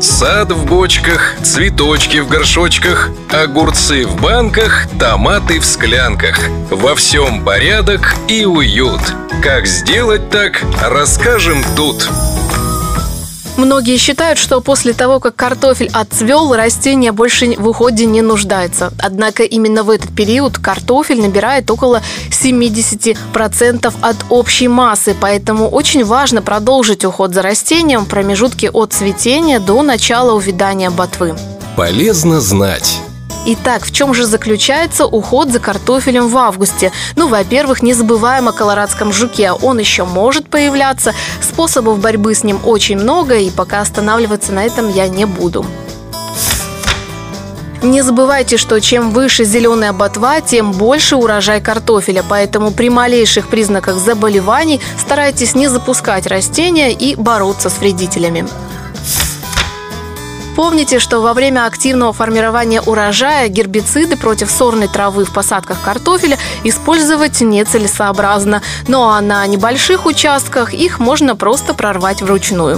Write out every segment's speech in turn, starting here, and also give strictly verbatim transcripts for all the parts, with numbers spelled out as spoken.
Сад в бочках, цветочки в горшочках, огурцы в банках, томаты в склянках. Во всем порядок и уют. Как сделать так, расскажем тут. Многие считают, что после того, как картофель отцвел, растение больше в уходе не нуждается. Однако именно в этот период картофель набирает около семьдесят процентов от общей массы, поэтому очень важно продолжить уход за растением в промежутке от цветения до начала увядания ботвы. Полезно знать. Итак, в чем же заключается уход за картофелем в августе? Ну, во-первых, не забываем о колорадском жуке. Он еще может появляться. Способов борьбы с ним очень много, и пока останавливаться на этом я не буду. Не забывайте, что чем выше зеленая ботва, тем больше урожай картофеля. Поэтому при малейших признаках заболеваний старайтесь не запускать растения и бороться с вредителями. Помните, что во время активного формирования урожая гербициды против сорной травы в посадках картофеля использовать нецелесообразно. Ну а на небольших участках их можно просто прорвать вручную.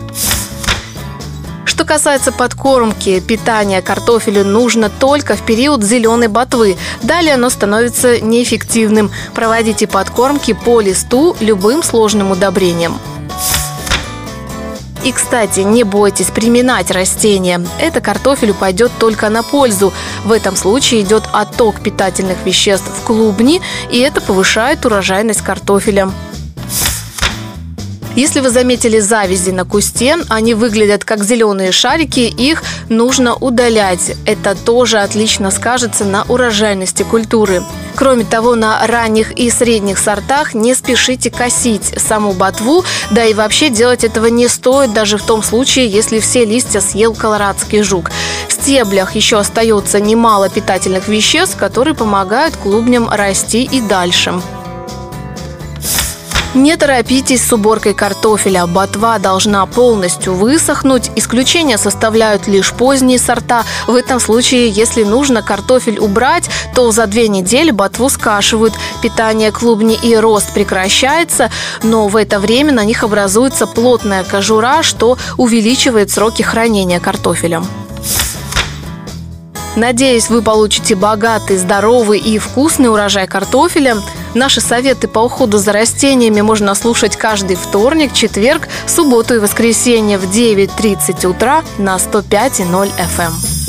Что касается подкормки, питание картофелю нужно только в период зеленой ботвы. Далее оно становится неэффективным. Проводите подкормки по листу любым сложным удобрением. И, кстати, не бойтесь приминать растения. Это картофелю пойдет только на пользу. В этом случае идет отток питательных веществ в клубни, и это повышает урожайность картофеля. Если вы заметили завязи на кусте, они выглядят как зеленые шарики, их нужно удалять. Это тоже отлично скажется на урожайности культуры. Кроме того, на ранних и средних сортах не спешите косить саму ботву, да и вообще делать этого не стоит, даже в том случае, если все листья съел колорадский жук. В стеблях еще остается немало питательных веществ, которые помогают клубням расти и дальше. Не торопитесь с уборкой картофеля. Ботва должна полностью высохнуть. Исключения составляют лишь поздние сорта. В этом случае, если нужно картофель убрать, то за две недели ботву скашивают. Питание клубней и рост прекращается, но в это время на них образуется плотная кожура, что увеличивает сроки хранения картофеля. Надеюсь, вы получите богатый, здоровый и вкусный урожай картофеля. Наши советы по уходу за растениями можно слушать каждый вторник, четверг, субботу и воскресенье в девять тридцать утра на сто пять и ноль эф эм.